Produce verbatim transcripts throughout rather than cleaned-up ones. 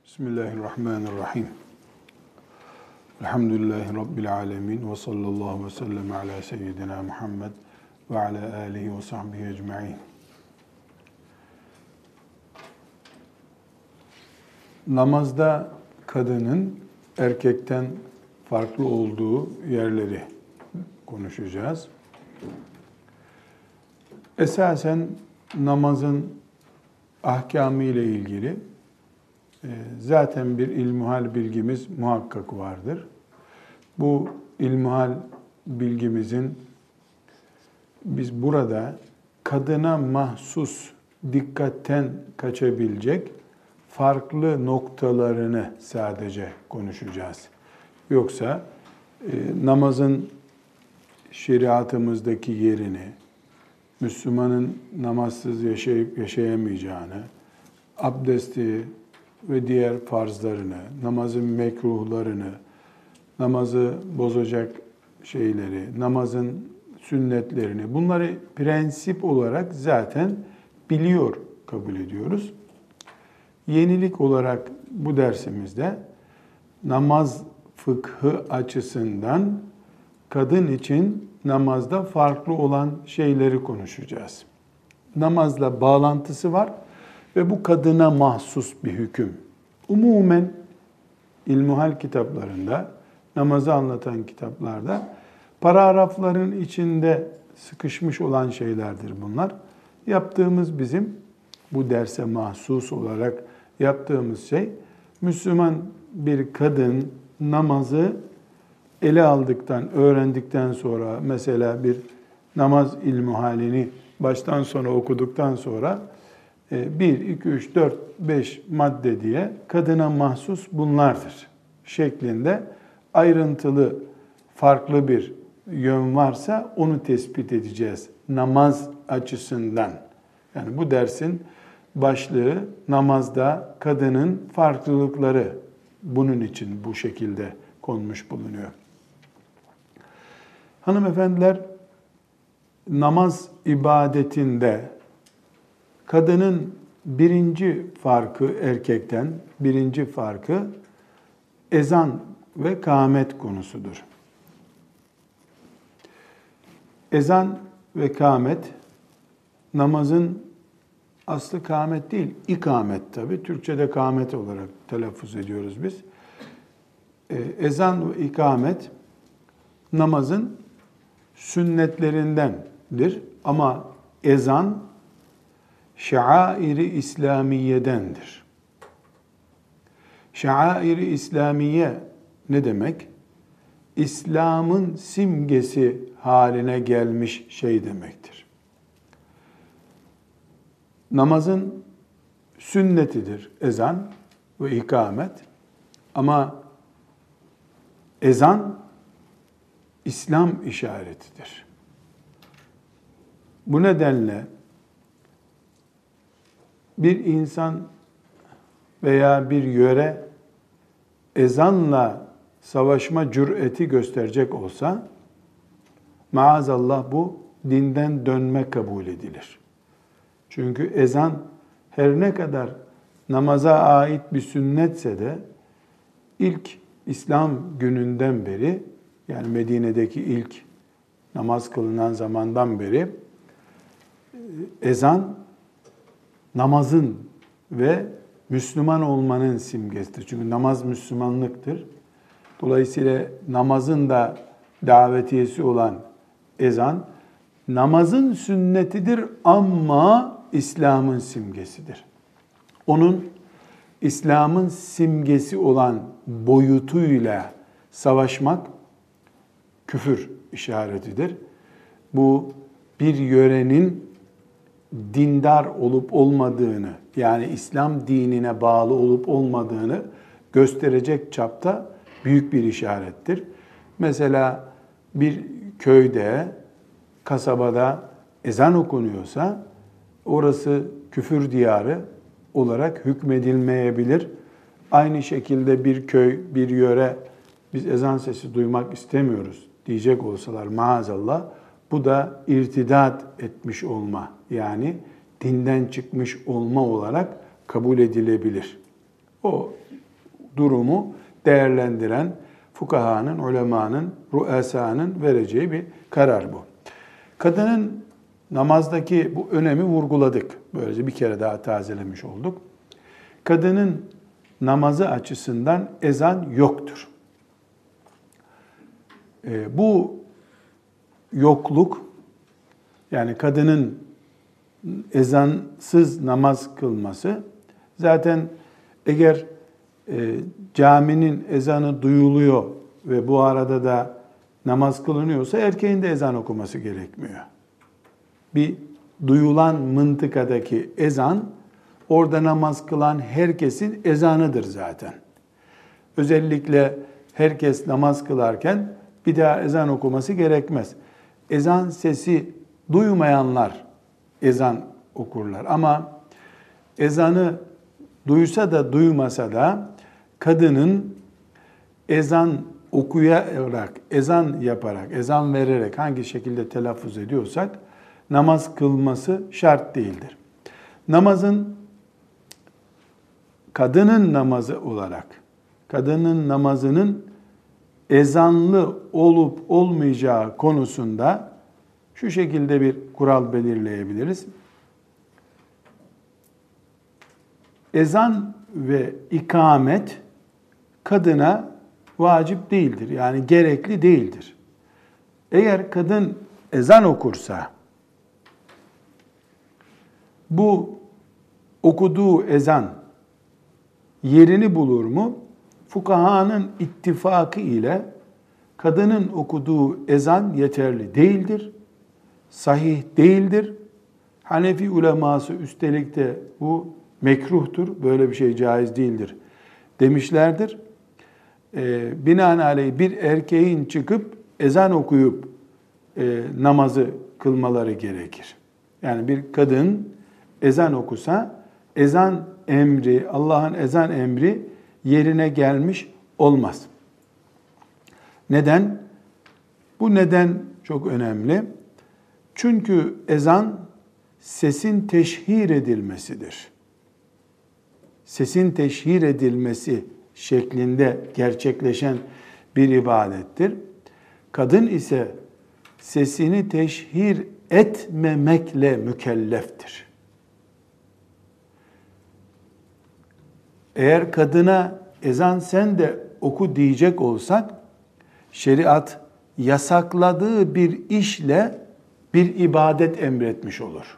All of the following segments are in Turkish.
Bismillahirrahmanirrahim. Elhamdülillahi Rabbil alemin ve sallallahu ve sellem ala seyyidina Muhammed ve ala alihi ve sahbihi ecma'in. Namazda kadının erkekten farklı olduğu yerleri konuşacağız. Esasen namazın ahkamı ile ilgili zaten bir ilmuhal bilgimiz muhakkak vardır. Bu ilmuhal bilgimizin biz burada kadına mahsus dikkatten kaçabilecek farklı noktalarını sadece konuşacağız. Yoksa e, namazın şeriatımızdaki yerini, Müslümanın namazsız yaşayıp yaşayamayacağını, abdesti ve diğer farzlarını, namazın mekruhlarını, namazı bozacak şeyleri, namazın sünnetlerini, bunları prensip olarak zaten biliyor kabul ediyoruz. Yenilik olarak bu dersimizde namaz fıkhı açısından kadın için namazda farklı olan şeyleri konuşacağız. Namazla bağlantısı var ve bu kadına mahsus bir hüküm. Umumen ilmuhal kitaplarında, namazı anlatan kitaplarda paragrafların içinde sıkışmış olan şeylerdir bunlar. Yaptığımız bizim bu derse mahsus olarak yaptığımız şey, Müslüman bir kadın namazı ele aldıktan, öğrendikten sonra, mesela bir namaz ilmuhalini baştan sona okuduktan sonra bir, iki, üç, dört, beş madde diye kadına mahsus bunlardır şeklinde ayrıntılı farklı bir yön varsa onu tespit edeceğiz namaz açısından. Yani bu dersin başlığı namazda kadının farklılıkları, bunun için bu şekilde konmuş bulunuyor. Hanımefendiler, namaz ibadetinde kadının birinci farkı erkekten, birinci farkı ezan ve kâmet konusudur. Ezan ve kâmet, namazın aslı kâmet değil, ikamet tabii. Türkçe'de kâmet olarak telaffuz ediyoruz biz. Ezan ve ikamet namazın sünnetlerindendir ama ezan şair-i İslamiye'dendir. Şair-i İslamiye ne demek? İslam'ın simgesi haline gelmiş şey demektir. Namazın sünnetidir ezan ve ikamet ama ezan İslam işaretidir. Bu nedenle bir insan veya bir yöre ezanla savaşma cüreti gösterecek olsa, maazallah bu dinden dönme kabul edilir. Çünkü ezan her ne kadar namaza ait bir sünnetse de ilk İslam gününden beri, yani Medine'deki ilk namaz kılınan zamandan beri ezan namazın ve Müslüman olmanın simgesidir. Çünkü namaz Müslümanlıktır. Dolayısıyla namazın da davetiyesi olan ezan, namazın sünnetidir ama İslam'ın simgesidir. Onun İslam'ın simgesi olan boyutuyla savaşmak küfür işaretidir. Bu bir yörenin dindar olup olmadığını, yani İslam dinine bağlı olup olmadığını gösterecek çapta büyük bir işarettir. Mesela bir köyde, kasabada ezan okunuyorsa orası küfür diyarı olarak hükmedilmeyebilir. Aynı şekilde bir köy, bir yöre biz ezan sesi duymak istemiyoruz diyecek olsalar maazallah, bu da irtidat etmiş olma, yani dinden çıkmış olma olarak kabul edilebilir. O durumu değerlendiren fukahanın, ulemanın, ruesanın vereceği bir karar bu. Kadının namazdaki bu önemi vurguladık. Böylece bir kere daha tazelemiş olduk. Kadının namazı açısından ezan yoktur. E, bu yokluk, yani kadının ezansız namaz kılması, zaten eğer e, caminin ezanı duyuluyor ve bu arada da namaz kılınıyorsa erkeğin de ezan okuması gerekmiyor. Bir duyulan mıntıkadaki ezan, orada namaz kılan herkesin ezanıdır zaten. Özellikle herkes namaz kılarken bir daha ezan okuması gerekmez. Ezan sesi duymayanlar ezan okurlar. Ama ezanı duysa da duymasa da kadının ezan okuyarak, ezan yaparak, ezan vererek hangi şekilde telaffuz ediyorsak namaz kılması şart değildir. Namazın kadının namazı olarak, kadının namazının ezanlı olup olmayacağı konusunda şu şekilde bir kural belirleyebiliriz. Ezan ve ikamet kadına vacip değildir. Yani gerekli değildir. Eğer kadın ezan okursa, bu okuduğu ezan yerini bulur mu? Fukahanın ittifakı ile kadının okuduğu ezan yeterli değildir, sahih değildir. Hanefi uleması üstelik de bu mekruhtur, böyle bir şey caiz değildir demişlerdir. E, binaenaleyh bir erkeğin çıkıp ezan okuyup e, namazı kılmaları gerekir. Yani bir kadın ezan okusa, ezan emri, Allah'ın ezan emri yerine gelmiş olmaz. Neden? Bu neden çok önemli. Çünkü ezan sesin teşhir edilmesidir. Sesin teşhir edilmesi şeklinde gerçekleşen bir ibadettir. Kadın ise sesini teşhir etmemekle mükelleftir. Eğer kadına ezan sen de oku diyecek olsak, şeriat yasakladığı bir işle bir ibadet emretmiş olur.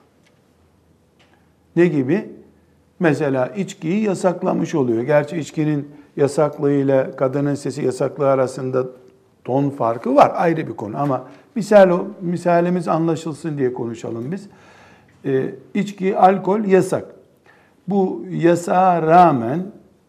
Ne gibi? Mesela içkiyi yasaklamış oluyor. Gerçi içkinin yasaklığıyla kadının sesi yasaklığı arasında ton farkı var, ayrı bir konu. Ama misal, misalimiz anlaşılsın diye konuşalım biz. E, içki, alkol yasak. Bu yasağa rağmen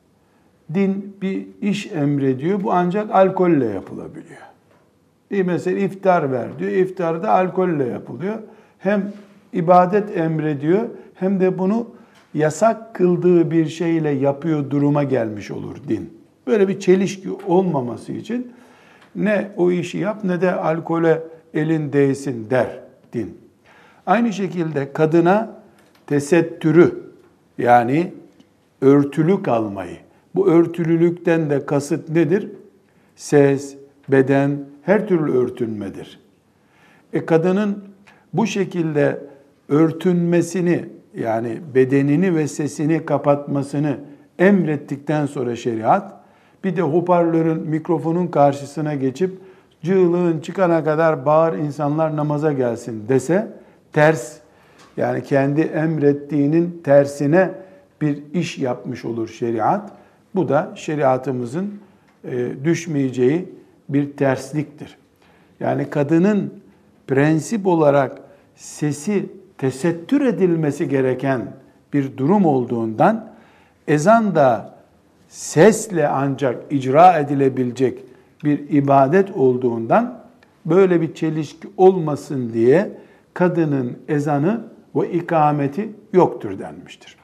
din bir iş emrediyor. Bu ancak alkolle yapılabiliyor. Bir mesela iftar ver diyor. İftar da alkolle yapılıyor. Hem ibadet emrediyor hem de bunu yasak kıldığı bir şeyle yapıyor duruma gelmiş olur din. Böyle bir çelişki olmaması için ne o işi yap ne de alkole elin değsin der din. Aynı şekilde kadına tesettürü, yani örtülü kalmayı, bu örtülülükten de kasıt nedir? Ses, beden, her türlü örtünmedir. E kadının bu şekilde örtünmesini, yani bedenini ve sesini kapatmasını emrettikten sonra şeriat, bir de hoparlörün, mikrofonun karşısına geçip cığlığın çıkana kadar bağır insanlar namaza gelsin dese ters, yani kendi emrettiğinin tersine bir iş yapmış olur şeriat. Bu da şeriatımızın e, düşmeyeceği bir tersliktir. Yani kadının prensip olarak sesi tesettür edilmesi gereken bir durum olduğundan, ezan da sesle ancak icra edilebilecek bir ibadet olduğundan, böyle bir çelişki olmasın diye kadının ezanı ve ikameti yoktur denmiştir.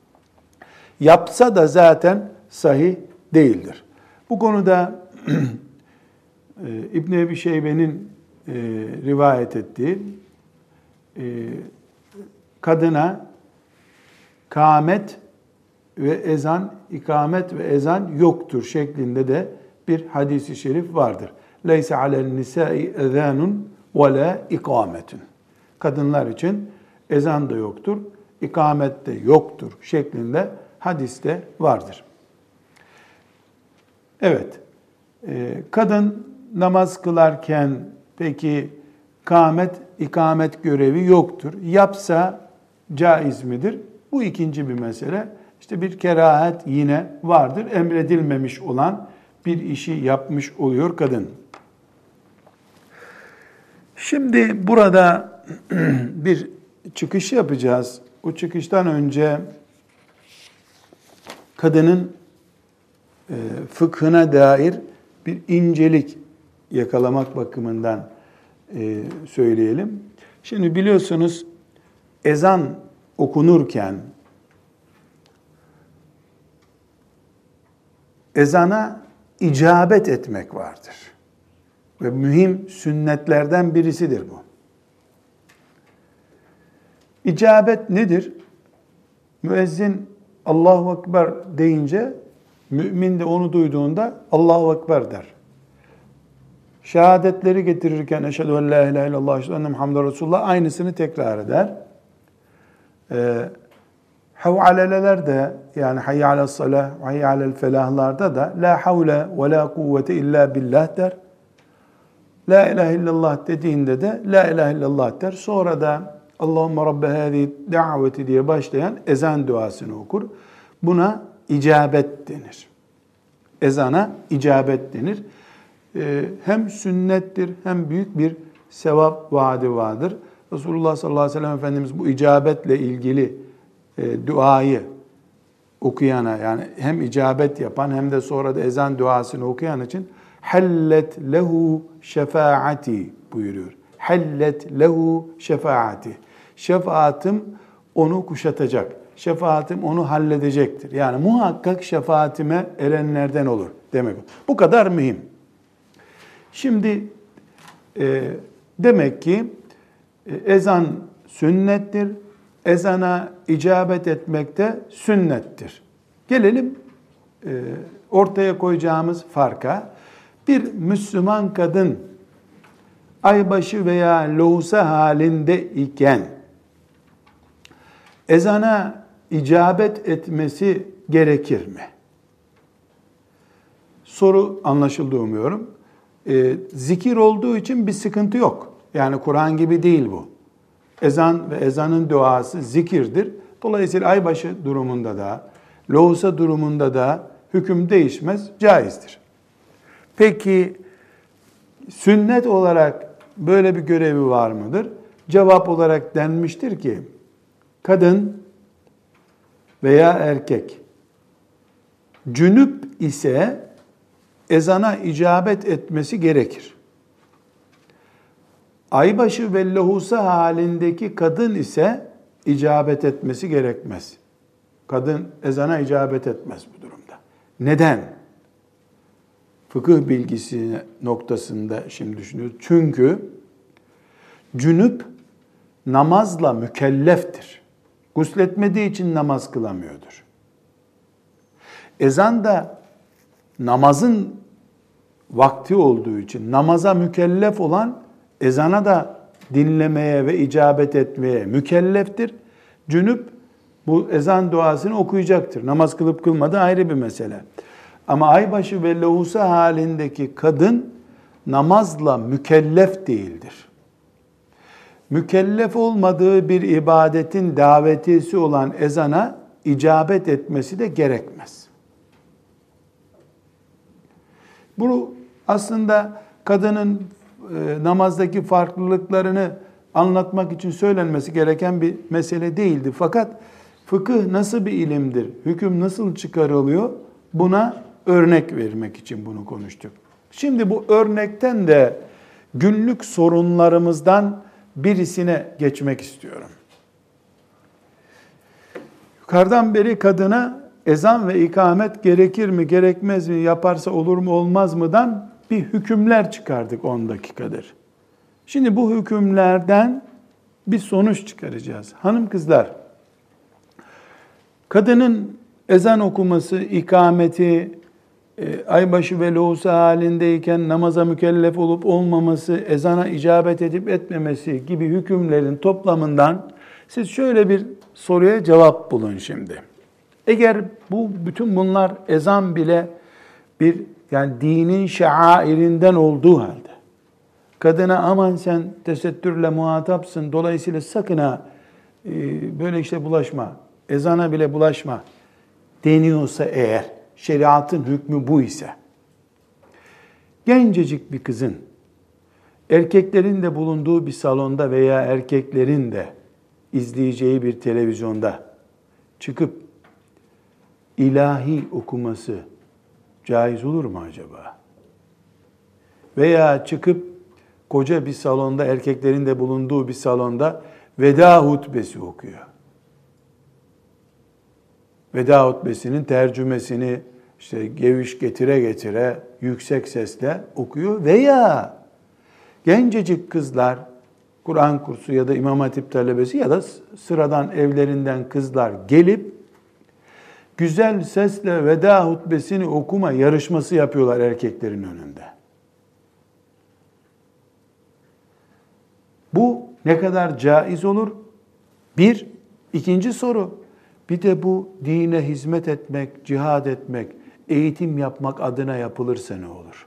Yapsa da zaten sahih değildir. Bu konuda İbn-i Ebi Şeybe'nin e, rivayet ettiği e, kadına kâmet ve ezan, ikamet ve ezan yoktur şeklinde de bir hadis-i şerif vardır. Leyse alen nisai ezanun ve la ikametun. Kadınlar için ezan da yoktur, ikamet de yoktur şeklinde hadiste vardır. Evet, kadın namaz kılarken peki kâmet, ikamet görevi yoktur. Yapsa caiz midir? Bu ikinci bir mesele. İşte bir kerahat yine vardır. Emredilmemiş olan bir işi yapmış oluyor kadın. Şimdi burada bir çıkış yapacağız. O çıkıştan önce kadının e, fıkhına dair bir incelik yakalamak bakımından e, söyleyelim. Şimdi biliyorsunuz ezan okunurken ezana icabet etmek vardır. Ve mühim sünnetlerden birisidir bu. İcabet nedir? Müezzin Allahu Ekber deyince mümin de onu duyduğunda Allahu Ekber der. Şehadetleri getirirken eşhedü en la ilahe illallah eşhedü enne Muhammeden Resulullah aynısını tekrar eder. Ee, Havaleler de yani hayy alel salah, hayy alel felahlarda da la havle ve la kuvvete illa billah der. La ilahe illallah dediğinde de la ilahe illallah der. Sonra da Allahümme rabbe hâzi da'veti diye başlayan ezan duasını okur. Buna icabet denir. Ezana icabet denir. Ee, hem sünnettir hem büyük bir sevap vaadi vardır. Resulullah sallallahu aleyhi ve sellem Efendimiz bu icabetle ilgili e, duayı okuyana yani hem icabet yapan hem de sonra da ezan duasını okuyan için hallet lehu şefaati buyuruyor. Hallet lehu şefaati. Şefaatim onu kuşatacak. Şefaatim onu halledecektir. Yani muhakkak şefaatime erenlerden olur demek. Bu kadar mühim. Şimdi e, demek ki e, ezan sünnettir. Ezana icabet etmek de sünnettir. Gelelim e, ortaya koyacağımız farka. Bir Müslüman kadın aybaşı veya lohusa halinde iken ezana icabet etmesi gerekir mi? Soru anlaşıldı umuyorum. E, zikir olduğu için bir sıkıntı yok. Yani Kur'an gibi değil bu. Ezan ve ezanın duası zikirdir. Dolayısıyla aybaşı durumunda da, lohusa durumunda da hüküm değişmez, caizdir. Peki sünnet olarak böyle bir görevi var mıdır? Cevap olarak denmiştir ki, kadın veya erkek cünüp ise ezana icabet etmesi gerekir. Aybaşı ve lohusa halindeki kadın ise icabet etmesi gerekmez. Kadın ezana icabet etmez bu durumda. Neden? Fıkıh bilgisi noktasında şimdi düşünüyoruz. Çünkü cünüp namazla mükelleftir. Gusletmediği için namaz kılamıyordur. Ezan da namazın vakti olduğu için namaza mükellef olan ezana da dinlemeye ve icabet etmeye mükelleftir. Cünüp bu ezan duasını okuyacaktır. Namaz kılıp kılmadığı ayrı bir mesele. Ama aybaşı ve lohusa halindeki kadın namazla mükellef değildir. Mükellef olmadığı bir ibadetin davetisi olan ezana icabet etmesi de gerekmez. Bu aslında kadının e, namazdaki farklılıklarını anlatmak için söylenmesi gereken bir mesele değildi. Fakat fıkıh nasıl bir ilimdir, hüküm nasıl çıkarılıyor, buna örnek vermek için bunu konuştuk. Şimdi bu örnekten de günlük sorunlarımızdan birisine geçmek istiyorum. Yukarıdan beri kadına ezan ve ikamet gerekir mi, gerekmez mi, yaparsa olur mu, olmaz mıdan bir hükümler çıkardık on dakikadır. Şimdi bu hükümlerden bir sonuç çıkaracağız. Hanım kızlar, kadının ezan okuması, ikameti, e, aybaşı ve lohusa halindeyken namaza mükellef olup olmaması, ezana icabet edip etmemesi gibi hükümlerin toplamından siz şöyle bir soruya cevap bulun şimdi. Eğer bu bütün bunlar ezan bile bir yani dinin şairinden olduğu halde kadına aman sen tesettürle muhatapsın dolayısıyla sakın ha e, böyle işte bulaşma, ezana bile bulaşma deniyorsa eğer, şeriatın hükmü bu ise, gencecik bir kızın erkeklerin de bulunduğu bir salonda veya erkeklerin de izleyeceği bir televizyonda çıkıp ilahi okuması caiz olur mu acaba? Veya çıkıp koca bir salonda, erkeklerin de bulunduğu bir salonda veda hutbesi okuyor. Veda hutbesinin tercümesini işte geviş getire getire yüksek sesle okuyor veya gencecik kızlar Kur'an kursu ya da İmam Hatip talebesi ya da sıradan evlerinden kızlar gelip güzel sesle veda hutbesini okuma yarışması yapıyorlar erkeklerin önünde. Bu ne kadar caiz olur? Bir. İkinci soru. Bir de bu dine hizmet etmek, cihad etmek, eğitim yapmak adına yapılırsa ne olur?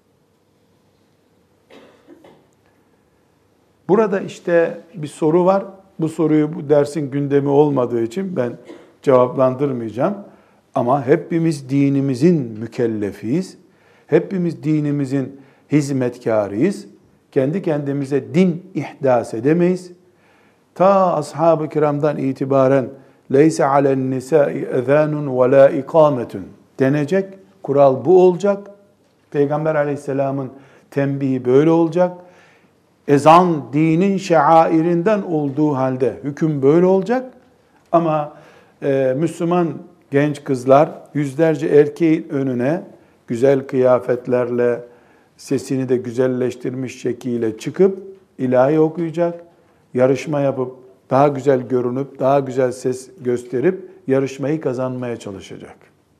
Burada işte bir soru var. Bu soruyu bu dersin gündemi olmadığı için ben cevaplandırmayacağım. Ama hepimiz dinimizin mükellefiyiz. Hepimiz dinimizin hizmetkarıyız. Kendi kendimize din ihdas edemeyiz. Ta ashab-ı kiramdan itibaren leyse alen nisai ezanun ve la ikametun denecek. Kural bu olacak. Peygamber Aleyhisselam'ın tembihi böyle olacak. Ezan dinin şairinden olduğu halde hüküm böyle olacak. Ama e, Müslüman genç kızlar yüzlerce erkeğin önüne güzel kıyafetlerle sesini de güzelleştirmiş şekliyle çıkıp ilahi okuyacak. Yarışma yapıp daha güzel görünüp daha güzel ses gösterip yarışmayı kazanmaya çalışacak.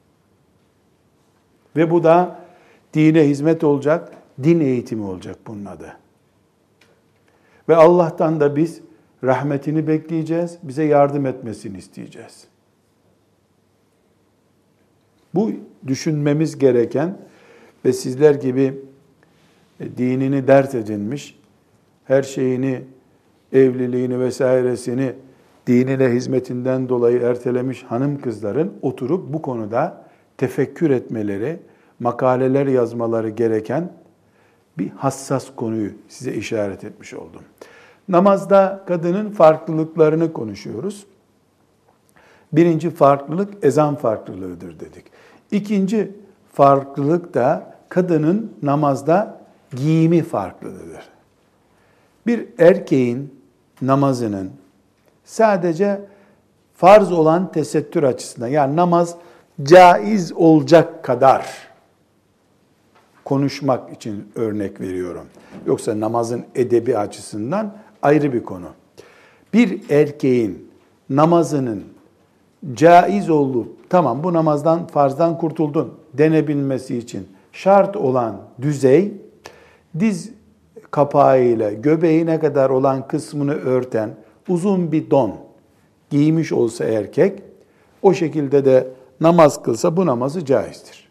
Ve bu da dine hizmet olacak, din eğitimi olacak bunun adı. Ve Allah'tan da biz rahmetini bekleyeceğiz, bize yardım etmesini isteyeceğiz. Bu düşünmemiz gereken ve sizler gibi dinini dert edinmiş, her şeyini, evliliğini vesairesini dinine hizmetinden dolayı ertelemiş hanım kızların oturup bu konuda tefekkür etmeleri, makaleler yazmaları gereken bir hassas konuyu size işaret etmiş oldum. Namazda kadının farklılıklarını konuşuyoruz. Birinci farklılık ezan farklılığıdır dedik. İkinci farklılık da kadının namazda giyimi farklıdır. Bir erkeğin namazının sadece farz olan tesettür açısından, yani namaz caiz olacak kadar konuşmak için örnek veriyorum. Yoksa namazın edebi açısından ayrı bir konu. Bir erkeğin namazının caiz olup, tamam bu namazdan, farzdan kurtuldun denebilmesi için şart olan düzey, diz kapağıyla göbeğine kadar olan kısmını örten uzun bir don giymiş olsa erkek, o şekilde de namaz kılsa bu namazı caizdir.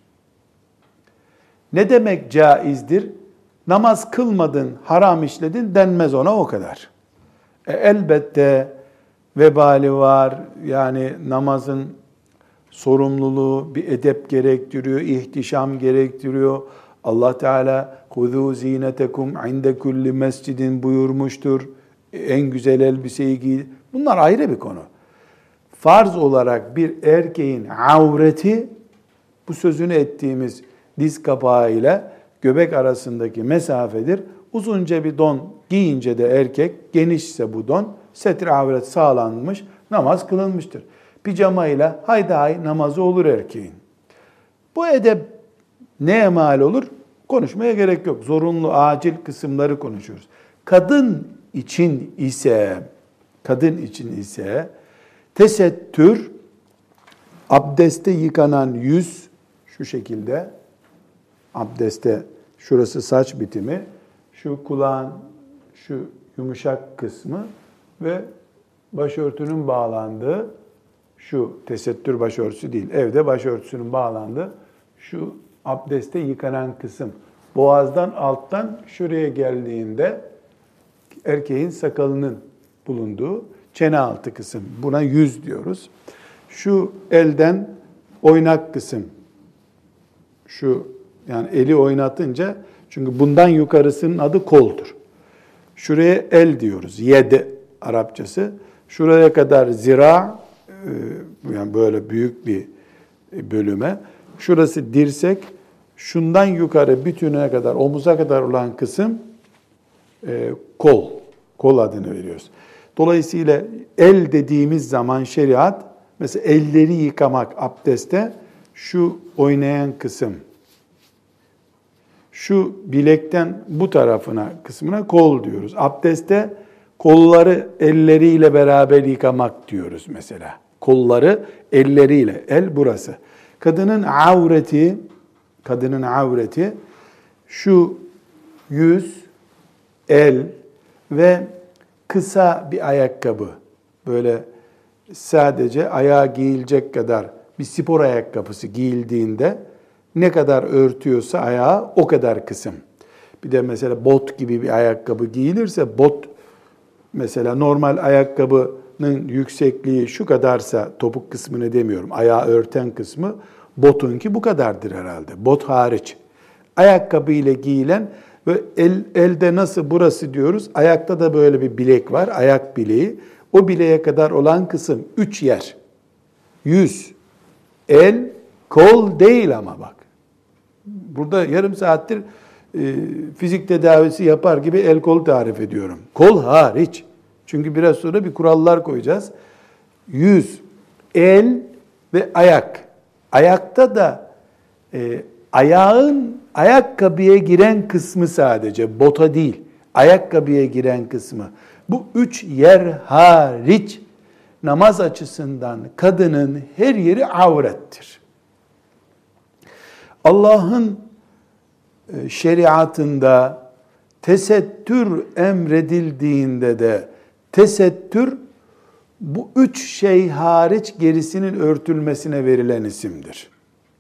Ne demek caizdir? Namaz kılmadın, haram işledin denmez ona, o kadar. E, elbette vebali var, yani namazın sorumluluğu bir edep gerektiriyor, ihtişam gerektiriyor. Allah Teala "Huzû zînetekum inde kulli mescidin" buyurmuştur. En güzel elbiseyi giy. Bunlar ayrı bir konu. Farz olarak bir erkeğin avreti, bu sözünü ettiğimiz diz kapağıyla göbek arasındaki mesafedir. Uzunca bir don giyince de erkek, genişse bu don, setir avret sağlanmış, namaz kılınmıştır. Pijamayla hayda hay namazı olur erkeğin. Bu edep neye mal olur? Konuşmaya gerek yok. Zorunlu, acil kısımları konuşuyoruz. Kadın için ise, kadın için ise tesettür Abdeste yıkanan yüz şu şekilde. Abdeste şurası saç bitimi, şu kulağın şu yumuşak kısmı ve başörtünün bağlandığı, şu tesettür başörtüsü değil, evde başörtüsünün bağlandığı şu abdeste yıkanan kısım. Boğazdan alttan şuraya geldiğinde erkeğin sakalının bulunduğu çene altı kısım. Buna yüz diyoruz. Şu elden oynak kısım. Şu yani eli oynatınca, çünkü bundan yukarısının adı koldur. Şuraya el diyoruz. Yed Arapçası. Şuraya kadar zira, yani böyle büyük bir bölüme. Şurası dirsek, şundan yukarı bütüne kadar, omuza kadar olan kısım e, kol. Kol adını veriyoruz. Dolayısıyla el dediğimiz zaman şeriat, mesela elleri yıkamak abdestte, şu oynayan kısım, şu bilekten bu tarafına kısmına kol diyoruz. Abdestte kolları elleriyle beraber yıkamak diyoruz mesela. Kolları elleriyle, el burası. Kadının avreti, kadının avreti şu yüz, el ve kısa bir ayakkabı. Böyle sadece ayağa giyilecek kadar bir spor ayakkabısı giyildiğinde ne kadar örtüyorsa ayağı o kadar kısım. Bir de mesela bot gibi bir ayakkabı giyilirse, bot mesela normal ayakkabının yüksekliği şu kadarsa, topuk kısmını demiyorum, ayağı örten kısmı, botunki bu kadardır herhalde. Bot hariç. Ayakkabı ile giyilen ve el, elde nasıl burası diyoruz, ayakta da böyle bir bilek var, ayak bileği. O bileğe kadar olan kısım üç yer. Yüz, el, kol değil ama bak. Burada yarım saattir e, fizik tedavisi yapar gibi el kol tarif ediyorum. Kol hariç. Çünkü biraz sonra bir kurallar koyacağız. Yüz, el ve ayak. Ayakta da e, ayağın ayakkabıya giren kısmı sadece, bota değil, ayakkabıya giren kısmı. Bu üç yer hariç namaz açısından kadının her yeri avrettir. Allah'ın şeriatında tesettür emredildiğinde de tesettür bu üç şey hariç gerisinin örtülmesine verilen isimdir.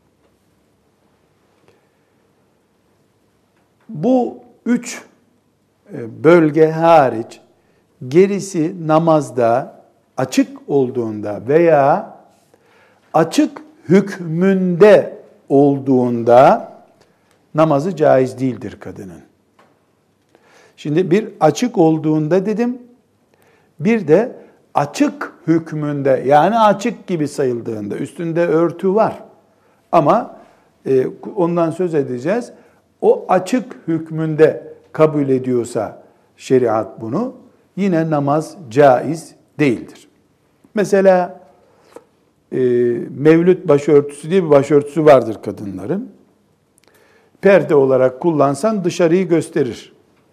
Bu üç bölge hariç gerisi namazda açık olduğunda veya açık hükmünde olduğunda namazı caiz değildir kadının. Şimdi bir açık olduğunda dedim, bir de açık hükmünde, yani açık gibi sayıldığında, üstünde örtü var ama e, ondan söz edeceğiz. O açık hükmünde kabul ediyorsa şeriat bunu, yine namaz caiz değildir. Mesela e, mevlüt başörtüsü diye bir başörtüsü vardır kadınların. Perde olarak kullansan dışarıyı gösterir.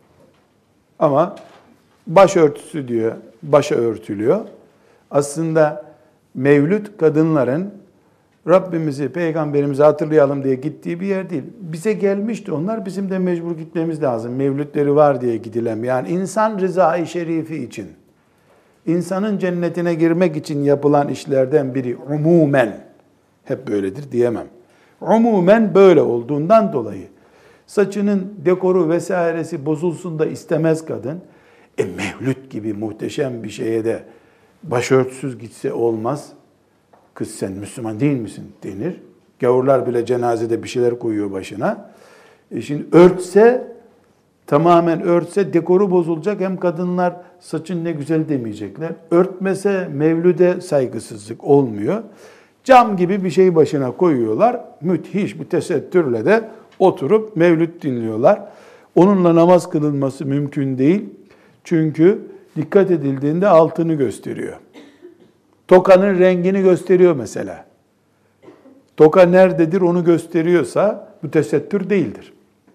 Ama başörtüsü diyor, başa örtülüyor. Aslında mevlüt kadınların Rabbimizi, Peygamberimizi hatırlayalım diye gittiği bir yer değil. Bize gelmişti onlar, bizim de mecbur gitmemiz lazım. Mevlütleri var diye gidilen. Yani insan rızayı şerifi için, insanın cennetine girmek için yapılan işlerden biri umumen, hep böyledir diyemem. Umumen böyle olduğundan dolayı saçının dekoru vesairesi bozulsun da istemez kadın. E mevlüt gibi muhteşem bir şeye de başörtüsüz gitse olmaz. Kız sen Müslüman değil misin denir. Gavurlar bile cenazede bir şeyler koyuyor başına. E şimdi örtse, tamamen örtse dekoru bozulacak. Hem kadınlar saçın ne güzel demeyecekler. Örtmese mevlüde saygısızlık olmuyor. Cam gibi bir şey başına koyuyorlar. Müthiş bir tesettürle de oturup mevlüt dinliyorlar. Onunla namaz kılınması mümkün değil. Çünkü dikkat edildiğinde altını gösteriyor. Tokanın rengini gösteriyor mesela. Toka nerededir onu gösteriyorsa bu tesettür değildir.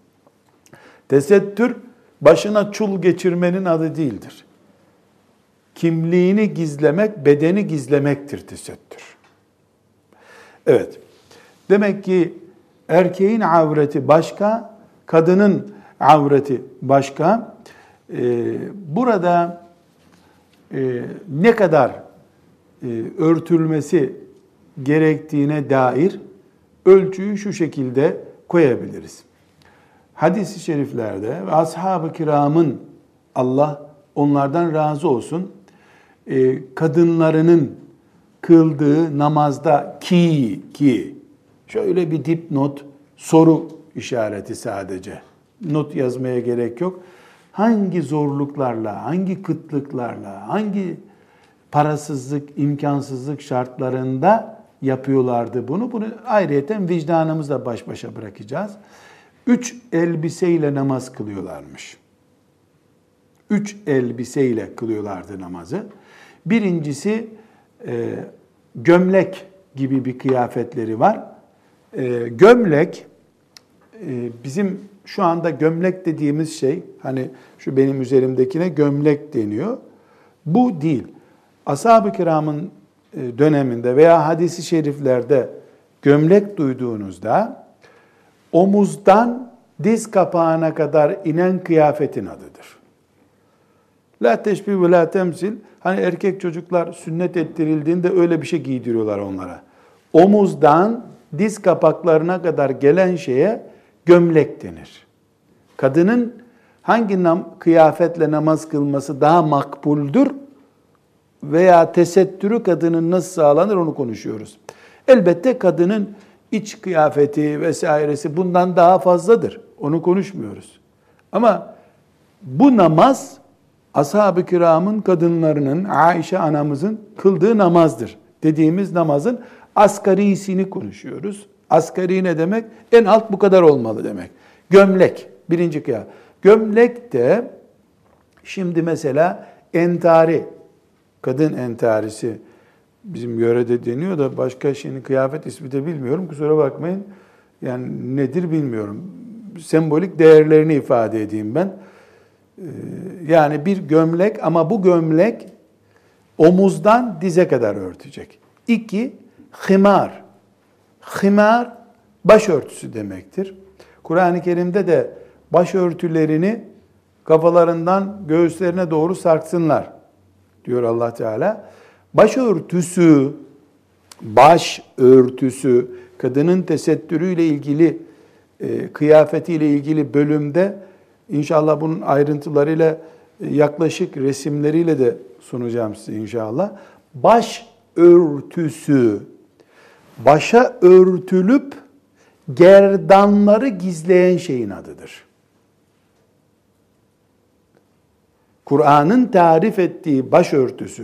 Tesettür başına çul geçirmenin adı değildir. Kimliğini gizlemek, bedeni gizlemektir tesettür. Evet. Demek ki erkeğin avreti başka, kadının avreti başka. Ee, burada e, ne kadar e, örtülmesi gerektiğine dair ölçüyü şu şekilde koyabiliriz. Hadis-i şeriflerde ve ashab-ı kiramın, Allah onlardan razı olsun, e, kadınlarının kıldığı namazda ki ki şöyle bir dipnot, soru işareti sadece. Not yazmaya gerek yok. Hangi zorluklarla, hangi kıtlıklarla, hangi parasızlık, imkansızlık şartlarında yapıyorlardı bunu? Bunu ayrıyeten vicdanımızla baş başa bırakacağız. Üç elbiseyle namaz kılıyorlarmış. Üç elbiseyle kılıyorlardı namazı. Birincisi e, gömlek gibi bir kıyafetleri var. E, gömlek, e, bizim şu anda gömlek dediğimiz şey, hani şu benim üzerimdekine gömlek deniyor. Bu değil. Ashab-ı kiramın döneminde veya hadis-i şeriflerde gömlek duyduğunuzda omuzdan diz kapağına kadar inen kıyafetin adıdır. La teşbih ve la temsil. Hani erkek çocuklar sünnet ettirildiğinde öyle bir şey giydiriyorlar onlara. Omuzdan diz kapaklarına kadar gelen şeye gömlek denir. Kadının hangi nam, kıyafetle namaz kılması daha makbuldür veya tesettürü kadının nasıl sağlanır onu konuşuyoruz. Elbette kadının iç kıyafeti vesairesi bundan daha fazladır. Onu konuşmuyoruz. Ama bu namaz ashab-ı kiramın kadınlarının, Aişe anamızın kıldığı namazdır dediğimiz namazın asgarisini konuşuyoruz. Asgari ne demek? En alt bu kadar olmalı demek. Gömlek, birinci kıyafet. Gömlek de şimdi mesela entari, kadın entarisi bizim yörede deniyor da başka şeyin kıyafet ismi de bilmiyorum. Kusura bakmayın. Yani nedir bilmiyorum. Sembolik değerlerini ifade edeyim ben. Yani bir gömlek ama bu gömlek omuzdan dize kadar örtecek. İki, himar. Himar başörtüsü demektir. Kur'an-ı Kerim'de de başörtülerini kafalarından göğüslerine doğru sarksınlar diyor Allah Teala. Başörtüsü, baş örtüsü, kadının tesettürüyle ilgili, e, kıyafetiyle ilgili bölümde inşallah bunun ayrıntılarıyla, e, yaklaşık resimleriyle de sunacağım size inşallah. Baş örtüsü, başa örtülüp gerdanları gizleyen şeyin adıdır. Kur'an'ın tarif ettiği başörtüsü,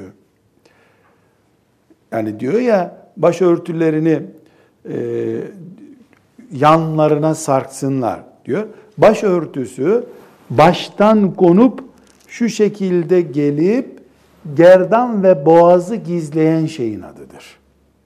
yani diyor ya başörtülerini e, yanlarına sarksınlar diyor. Başörtüsü baştan konup şu şekilde gelip gerdan ve boğazı gizleyen şeyin adıdır.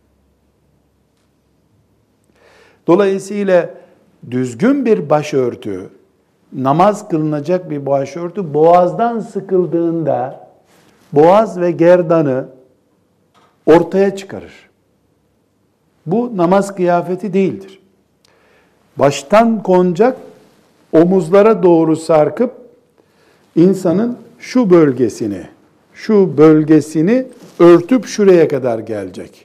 Dolayısıyla düzgün bir başörtü, namaz kılınacak bir başörtü boğazdan sıkıldığında boğaz ve gerdanı ortaya çıkarır. Bu namaz kıyafeti değildir. Baştan konacak, omuzlara doğru sarkıp insanın şu bölgesini, şu bölgesini örtüp şuraya kadar gelecek.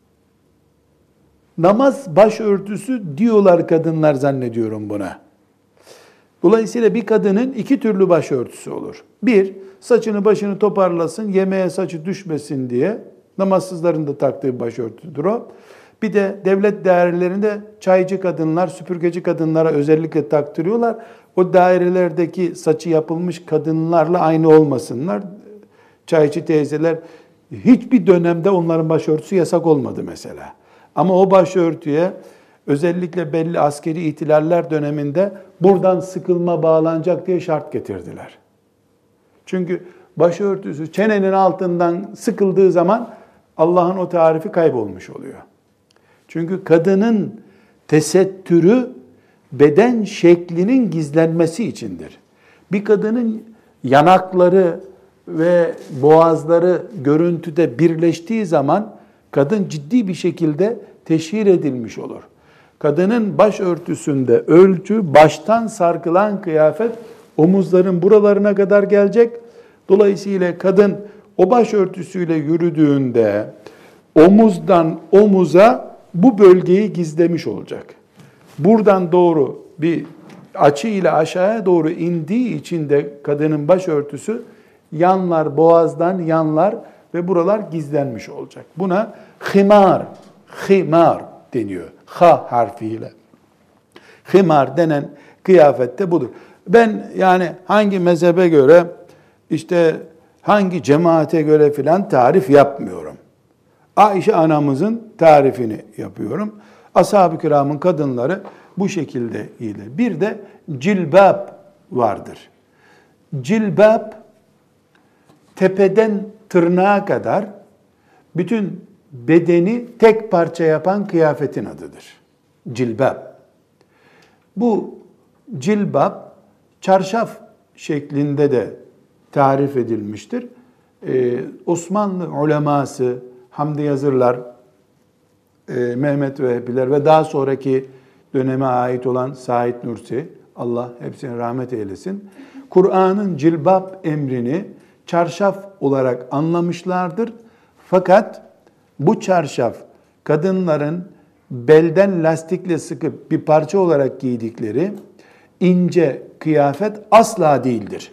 Namaz başörtüsü diyorlar kadınlar zannediyorum buna. Dolayısıyla bir kadının iki türlü başörtüsü olur. Bir, saçını başını toparlasın, yemeğe saçı düşmesin diye namazsızların da taktığı başörtüdür o. Bir de devlet dairelerinde çaycı kadınlar, süpürgeci kadınlara özellikle taktırıyorlar. O dairelerdeki saçı yapılmış kadınlarla aynı olmasınlar. Çaycı teyzeler, hiçbir dönemde onların başörtüsü yasak olmadı mesela. Ama o başörtüye özellikle belli askeri ihtilaller döneminde buradan sıkılma bağlanacak diye şart getirdiler. Çünkü başörtüsü çenenin altından sıkıldığı zaman Allah'ın o tarifi kaybolmuş oluyor. Çünkü kadının tesettürü beden şeklinin gizlenmesi içindir. Bir kadının yanakları ve boğazları görüntüde birleştiği zaman kadın ciddi bir şekilde teşhir edilmiş olur. Kadının başörtüsünde ölçü baştan sarkılan kıyafet omuzların buralarına kadar gelecek. Dolayısıyla kadın o başörtüsüyle yürüdüğünde omuzdan omuza bu bölgeyi gizlemiş olacak. Buradan doğru bir açı ile aşağıya doğru indiği için de kadının başörtüsü yanlar, boğazdan yanlar ve buralar gizlenmiş olacak. Buna himar, himar deniyor. Ha harfiyle. Himar denen kıyafette budur. Ben yani hangi mezhebe göre, işte hangi cemaate göre filan tarif yapmıyorum. Ayşe anamızın tarifini yapıyorum. Ashab-ı kiramın kadınları bu şekilde giyilir. Bir de cilbab vardır. Cilbab tepeden tırnağa kadar bütün bedeni tek parça yapan kıyafetin adıdır. Cilbab. Bu cilbab çarşaf şeklinde de tarif edilmiştir. Ee, Osmanlı uleması, Hamdi Yazırlar, e, Mehmet Vehbiler ve daha sonraki döneme ait olan Said Nursi, Allah hepsine rahmet eylesin, Kur'an'ın cilbab emrini çarşaf olarak anlamışlardır. Fakat bu çarşaf kadınların belden lastikle sıkıp bir parça olarak giydikleri ince kıyafet asla değildir.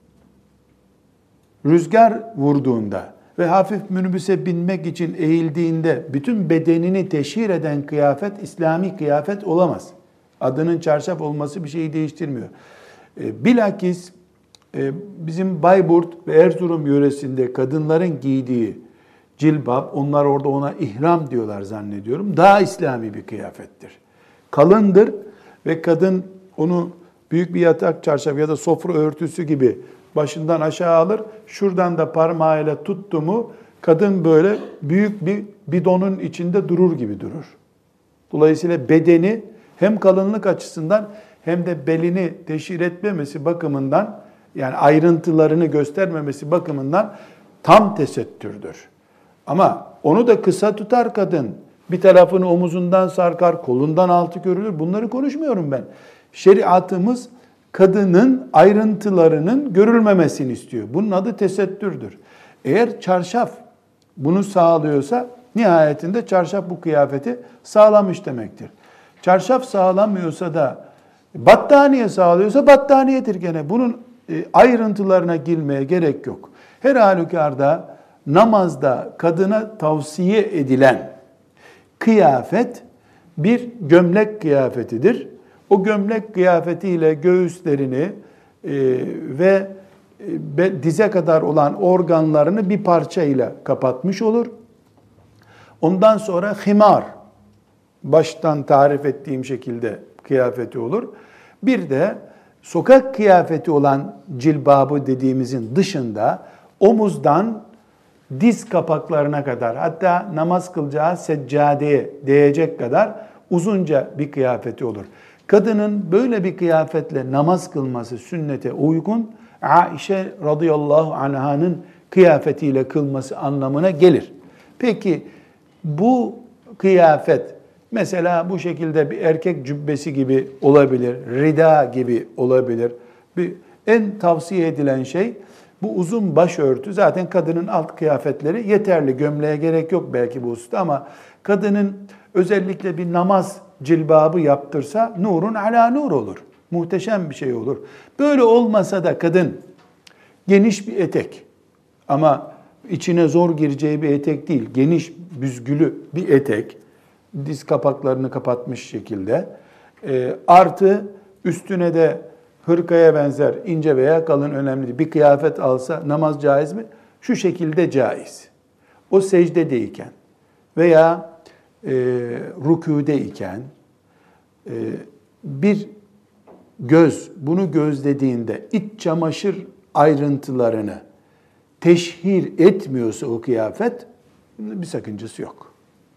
Rüzgar vurduğunda ve hafif minibüse binmek için eğildiğinde bütün bedenini teşhir eden kıyafet İslami kıyafet olamaz. Adının çarşaf olması bir şeyi değiştirmiyor. Bilakis bizim Bayburt ve Erzurum yöresinde kadınların giydiği cilbab, onlar orada ona ihram diyorlar zannediyorum, daha İslami bir kıyafettir. Kalındır ve kadın onu büyük bir yatak çarşaf ya da sofra örtüsü gibi başından aşağı alır, şuradan da parmağıyla tuttu mu kadın böyle büyük bir bidonun içinde durur gibi durur. Dolayısıyla bedeni hem kalınlık açısından hem de belini teşhir etmemesi bakımından, yani ayrıntılarını göstermemesi bakımından tam tesettürdür. Ama onu da kısa tutar kadın. Bir tarafını omuzundan sarkar, kolundan altı görülür. Bunları konuşmuyorum ben. Şeriatımız kadının ayrıntılarının görülmemesini istiyor. Bunun adı tesettürdür. Eğer çarşaf bunu sağlıyorsa nihayetinde çarşaf bu kıyafeti sağlamış demektir. Çarşaf sağlamıyorsa da battaniye sağlıyorsa battaniyedir gene. Bunun ayrıntılarına girmeye gerek yok. Her halükarda namazda kadına tavsiye edilen kıyafet bir gömlek kıyafetidir. O gömlek kıyafetiyle göğüslerini e, ve e, dize kadar olan organlarını bir parçayla kapatmış olur. Ondan sonra himar, baştan tarif ettiğim şekilde kıyafeti olur. Bir de sokak kıyafeti olan cilbabı dediğimizin dışında omuzdan diz kapaklarına kadar, hatta namaz kılacağı seccadeye değecek kadar uzunca bir kıyafeti olur. Kadının böyle bir kıyafetle namaz kılması sünnete uygun, Aişe radıyallahu anh'ın kıyafetiyle kılması anlamına gelir. Peki bu kıyafet mesela bu şekilde bir erkek cübbesi gibi olabilir, rida gibi olabilir. Bir, en tavsiye edilen şey bu uzun başörtü. Zaten kadının alt kıyafetleri yeterli, gömleğe gerek yok belki bu hususta, ama kadının özellikle bir namaz cilbabı yaptırsa nurun ala nur olur. Muhteşem bir şey olur. Böyle olmasa da kadın geniş bir etek, ama içine zor gireceği bir etek değil, geniş büzgülü bir etek, diz kapaklarını kapatmış şekilde, e, artı üstüne de hırkaya benzer ince veya kalın önemli değil, bir kıyafet alsa namaz caiz mi? Şu şekilde caiz. O secdedeyken veya e, rükûdeyken e, bir göz bunu gözlediğinde iç çamaşır ayrıntılarını teşhir etmiyorsa o kıyafet, bir sakıncası yok.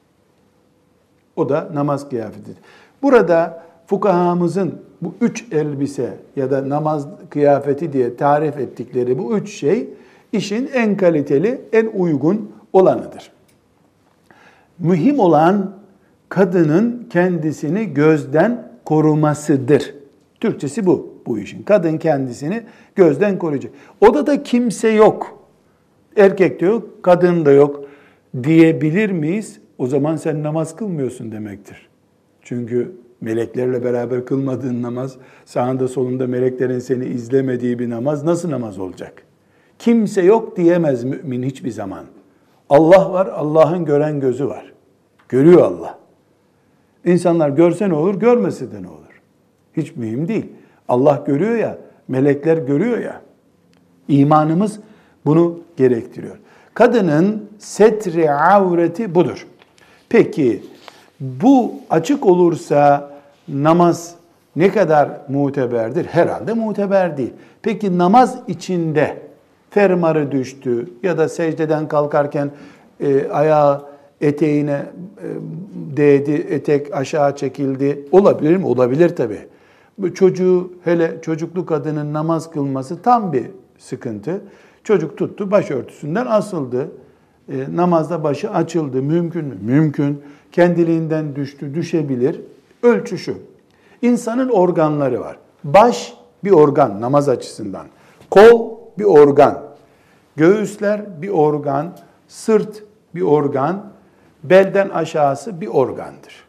O da namaz kıyafetidir. Burada fukahamızın bu üç elbise ya da namaz kıyafeti diye tarif ettikleri bu üç şey işin en kaliteli, en uygun olanıdır. Mühim olan kadının kendisini gözden korumasıdır. Türkçesi bu, bu işin. Kadın kendisini gözden koruyacak. Odada kimse yok. Erkek de yok, kadın da yok diyebilir miyiz? O zaman sen namaz kılmıyorsun demektir. Çünkü meleklerle beraber kılmadığın namaz, sağında solunda meleklerin seni izlemediği bir namaz nasıl namaz olacak? Kimse yok diyemez mümin hiçbir zaman. Allah var, Allah'ın gören gözü var. Görüyor Allah. İnsanlar görse ne olur, görmese de ne olur? Hiç mühim değil. Allah görüyor ya, melekler görüyor ya. İmanımız bunu gerektiriyor. Kadının setri avreti budur. Peki bu açık olursa namaz ne kadar muteberdir? Herhalde muteber değil. Peki namaz içinde fermarı düştü ya da secdeden kalkarken e, ayağı eteğine e, değdi, etek aşağı çekildi. Olabilir mi? Olabilir tabii. Bu çocuğu, hele çocuklu kadının namaz kılması tam bir sıkıntı. Çocuk tuttu, başörtüsünden asıldı. E, namazda başı açıldı. Mümkün mü? Mümkün. Kendiliğinden düştü, düşebilir. Ölçü şu. İnsanın organları var. Baş bir organ namaz açısından. Kol bir organ. Göğüsler bir organ. Sırt bir organ. Belden aşağısı bir organdır.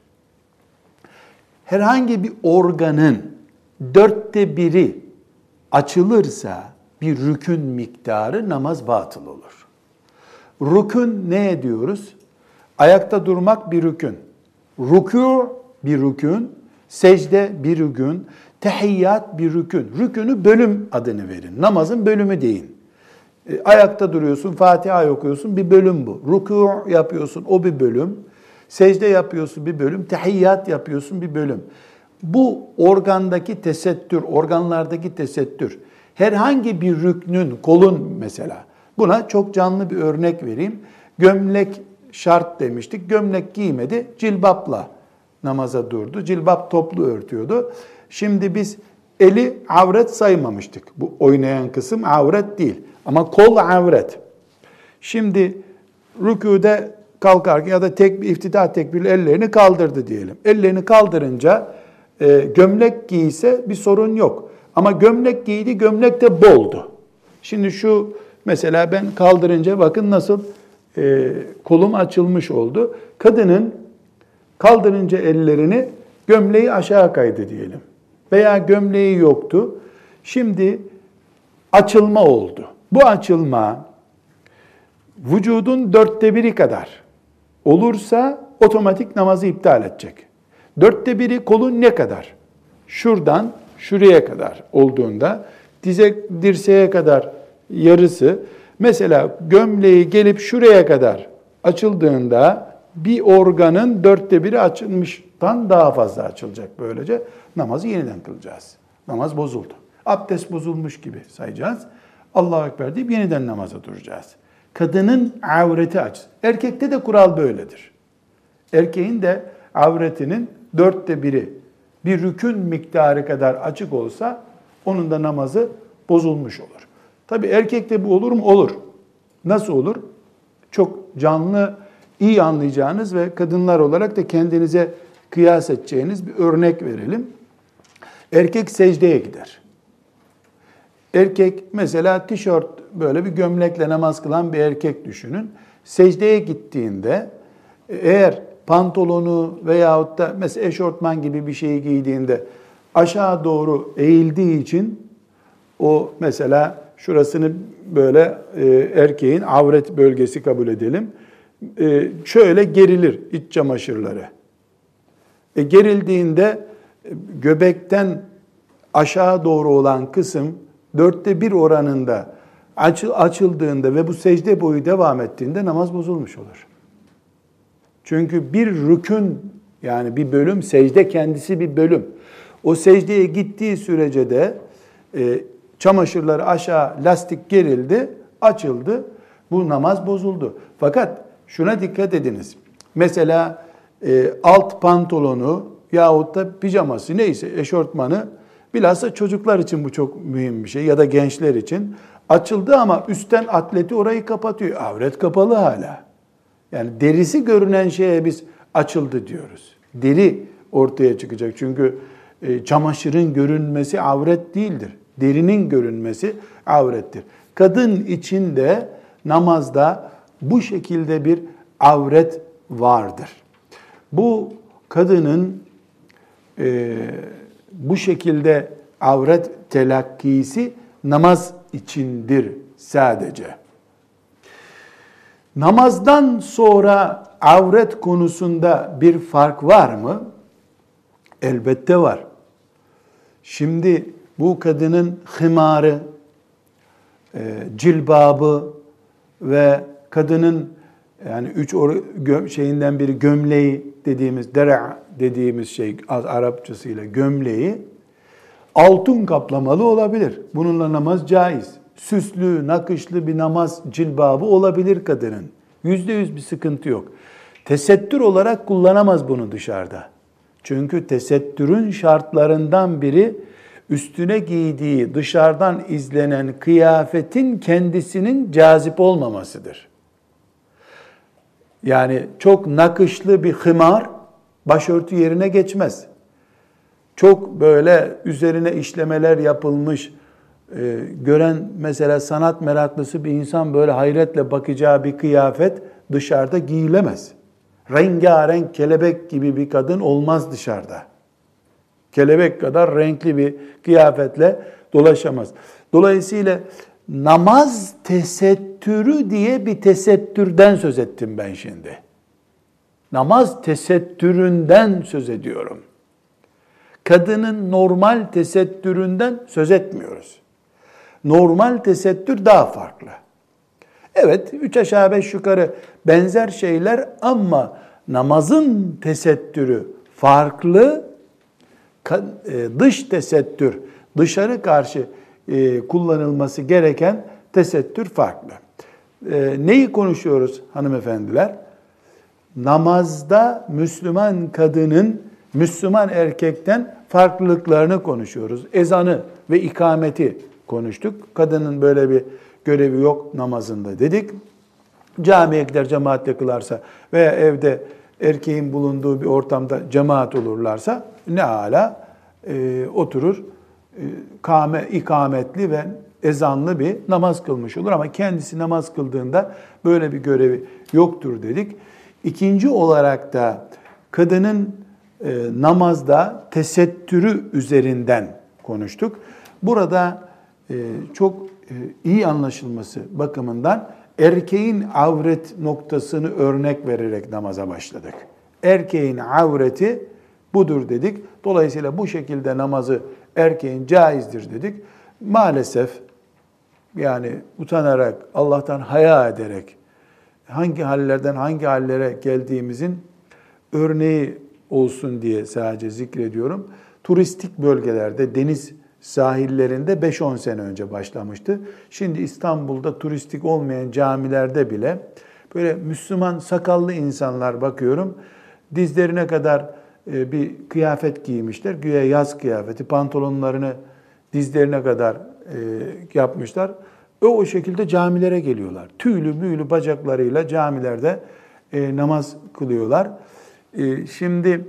Herhangi bir organın dörtte biri açılırsa bir rükün miktarı namaz batıl olur. Rükün ne diyoruz? Ayakta durmak bir rükün. Rükû bir rükün. Secde bir rükün. Tehiyyat bir rükün. Rükünü bölüm adını verin. Namazın bölümü deyin. E, ayakta duruyorsun, Fatiha okuyorsun, bir bölüm bu. Rükû yapıyorsun, o bir bölüm. Secde yapıyorsun, bir bölüm. Tehiyyat yapıyorsun, bir bölüm. Bu organdaki tesettür, organlardaki tesettür. Herhangi bir rüknün, kolun mesela. Buna çok canlı bir örnek vereyim. Gömlek şart demiştik. Gömlek giymedi, cilbapla namaza durdu. Cilbap toplu örtüyordu. Şimdi biz eli avret saymamıştık. Bu oynayan kısım avret değil. Ama kol avret. Şimdi rükûde kalkarken ya da tek bir iftitah tekbirle ellerini kaldırdı diyelim. Ellerini kaldırınca e, gömlek giyse bir sorun yok. Ama gömlek giydi, gömlek de boldu. Şimdi şu mesela ben kaldırınca bakın nasıl e, kolum açılmış oldu. Kadının kaldırınca ellerini gömleği aşağı kaydı diyelim. Veya gömleği yoktu. Şimdi açılma oldu. Bu açılma vücudun dörtte biri kadar olursa otomatik namazı iptal edecek. Dörtte biri kolun ne kadar? Şuradan şuraya kadar olduğunda dize dirseğe kadar yarısı, mesela gömleği gelip şuraya kadar açıldığında bir organın dörtte biri açılmıştan daha fazla açılacak böylece. Namazı yeniden kılacağız. Namaz bozuldu. Abdest bozulmuş gibi sayacağız. Allahu Ekber deyip yeniden namaza duracağız. Kadının avreti aç. Erkekte de kural böyledir. Erkeğin de avretinin dörtte biri bir rükün miktarı kadar açık olsa onun da namazı bozulmuş olur. Tabii erkekte bu olur mu? Olur. Nasıl olur? Çok canlı, iyi anlayacağınız ve kadınlar olarak da kendinize kıyas edeceğiniz bir örnek verelim. Erkek secdeye gider. Erkek mesela tişört böyle bir gömlekle namaz kılan bir erkek düşünün. Secdeye gittiğinde eğer pantolonu veyahut da mesela eşortman gibi bir şey giydiğinde aşağı doğru eğildiği için o mesela şurasını böyle e, erkeğin avret bölgesi kabul edelim. E, şöyle gerilir iç çamaşırları. E, gerildiğinde e, göbekten aşağı doğru olan kısım dörtte bir oranında açı, açıldığında ve bu secde boyu devam ettiğinde namaz bozulmuş olur. Çünkü bir rükün yani bir bölüm, secde kendisi bir bölüm. O secdeye gittiği sürece de e, çamaşırları aşağı lastik gerildi, açıldı. Bu namaz bozuldu. Fakat şuna dikkat ediniz. Mesela e, alt pantolonu yahut da pijaması neyse eşortmanı, bilhassa çocuklar için bu çok mühim bir şey ya da gençler için açıldı ama üstten atleti orayı kapatıyor. Avret kapalı hala. Yani derisi görünen şeye biz açıldı diyoruz. Deri ortaya çıkacak. Çünkü e, çamaşırın görünmesi avret değildir. Derinin görünmesi avrettir. Kadın için de namazda bu şekilde bir avret vardır. Bu kadının e, bu şekilde avret telakkisi namaz içindir sadece. Namazdan sonra avret konusunda bir fark var mı? Elbette var. Şimdi bu kadının hımarı, e, cilbabı ve kadının yani üç or- şeyinden biri gömleği dediğimiz, dera dediğimiz şey Arapçasıyla gömleği altın kaplamalı olabilir. Bununla namaz caiz. Süslü, nakışlı bir namaz cilbabı olabilir kadının. Yüzde yüz bir sıkıntı yok. Tesettür olarak kullanamaz bunu dışarıda. Çünkü tesettürün şartlarından biri üstüne giydiği dışarıdan izlenen kıyafetin kendisinin cazip olmamasıdır. Yani çok nakışlı bir hımar başörtü yerine geçmez. Çok böyle üzerine işlemeler yapılmış, e, gören mesela sanat meraklısı bir insan böyle hayretle bakacağı bir kıyafet dışarıda giyilemez. Rengarenk kelebek gibi bir kadın olmaz dışarıda. Kelebek kadar renkli bir kıyafetle dolaşamaz. Dolayısıyla namaz tesettürü diye bir tesettürden söz ettim ben şimdi. Namaz tesettüründen söz ediyorum. Kadının normal tesettüründen söz etmiyoruz. Normal tesettür daha farklı. Evet, üç aşağı beş yukarı benzer şeyler ama namazın tesettürü farklı. Dış tesettür, dışarı karşı kullanılması gereken tesettür farklı. Neyi konuşuyoruz hanımefendiler? Namazda Müslüman kadının Müslüman erkekten farklılıklarını konuşuyoruz. Ezanı ve ikameti konuştuk. Kadının böyle bir görevi yok namazında dedik. Camiye gider cemaatle kılarsa veya evde erkeğin bulunduğu bir ortamda cemaat olurlarsa ne âlâ e, oturur e, kâme, ikametli ve ezanlı bir namaz kılmış olur. Ama kendisi namaz kıldığında böyle bir görevi yoktur dedik. İkinci olarak da kadının e, namazda tesettürü üzerinden konuştuk. Burada e, çok e, iyi anlaşılması bakımından erkeğin avret noktasını örnek vererek namaza başladık. Erkeğin avreti budur dedik. Dolayısıyla bu şekilde namazı erkeğin caizdir dedik. Maalesef yani utanarak, Allah'tan haya ederek hangi hallerden hangi hallere geldiğimizin örneği olsun diye sadece zikrediyorum. Turistik bölgelerde, deniz sahillerinde beş on sene önce başlamıştı. Şimdi İstanbul'da turistik olmayan camilerde bile böyle Müslüman sakallı insanlar bakıyorum. Dizlerine kadar bir kıyafet giymişler. Güya yaz kıyafeti, pantolonlarını dizlerine kadar yapmışlar. O, o şekilde camilere geliyorlar. Tüylü müylü bacaklarıyla camilerde namaz kılıyorlar. Şimdi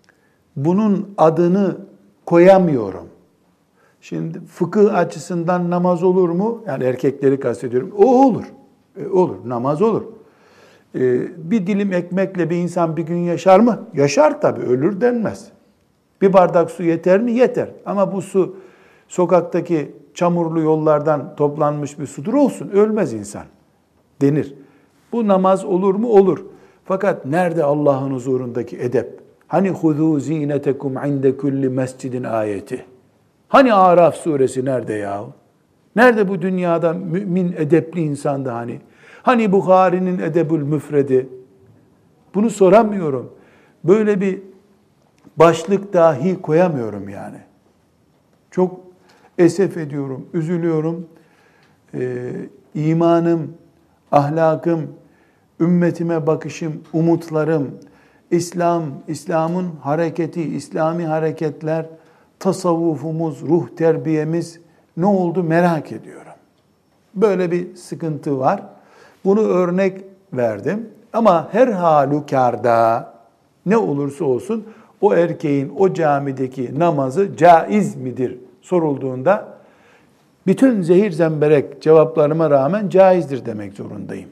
bunun adını koyamıyorum. Şimdi fıkıh açısından namaz olur mu? Yani erkekleri kastediyorum. O olur. E, olur. Namaz olur. E, bir dilim ekmekle bir insan bir gün yaşar mı? Yaşar tabii. Ölür denmez. Bir bardak su yeter mi? Yeter. Ama bu su sokaktaki çamurlu yollardan toplanmış bir sudur olsun. Ölmez insan denir. Bu namaz olur mu? Olur. Fakat nerede Allah'ın huzurundaki edep? Hani huzû zînetekum inde kulli mescidin ayeti. Hani Araf suresi nerede ya? Nerede bu dünyada mümin edepli insandı hani? Hani Bukhari'nin Edebül Müfredi? Bunu soramıyorum. Böyle bir başlık dahi koyamıyorum yani. Çok esef ediyorum, üzülüyorum. Ee, imanım, ahlakım, ümmetime bakışım, umutlarım, İslam, İslam'ın hareketi, İslami hareketler, tasavvufumuz, ruh terbiyemiz ne oldu merak ediyorum. Böyle bir sıkıntı var. Bunu örnek verdim. Ama her halükarda, ne olursa olsun o erkeğin o camideki namazı caiz midir sorulduğunda bütün zehir zemberek cevaplarıma rağmen caizdir demek zorundayım.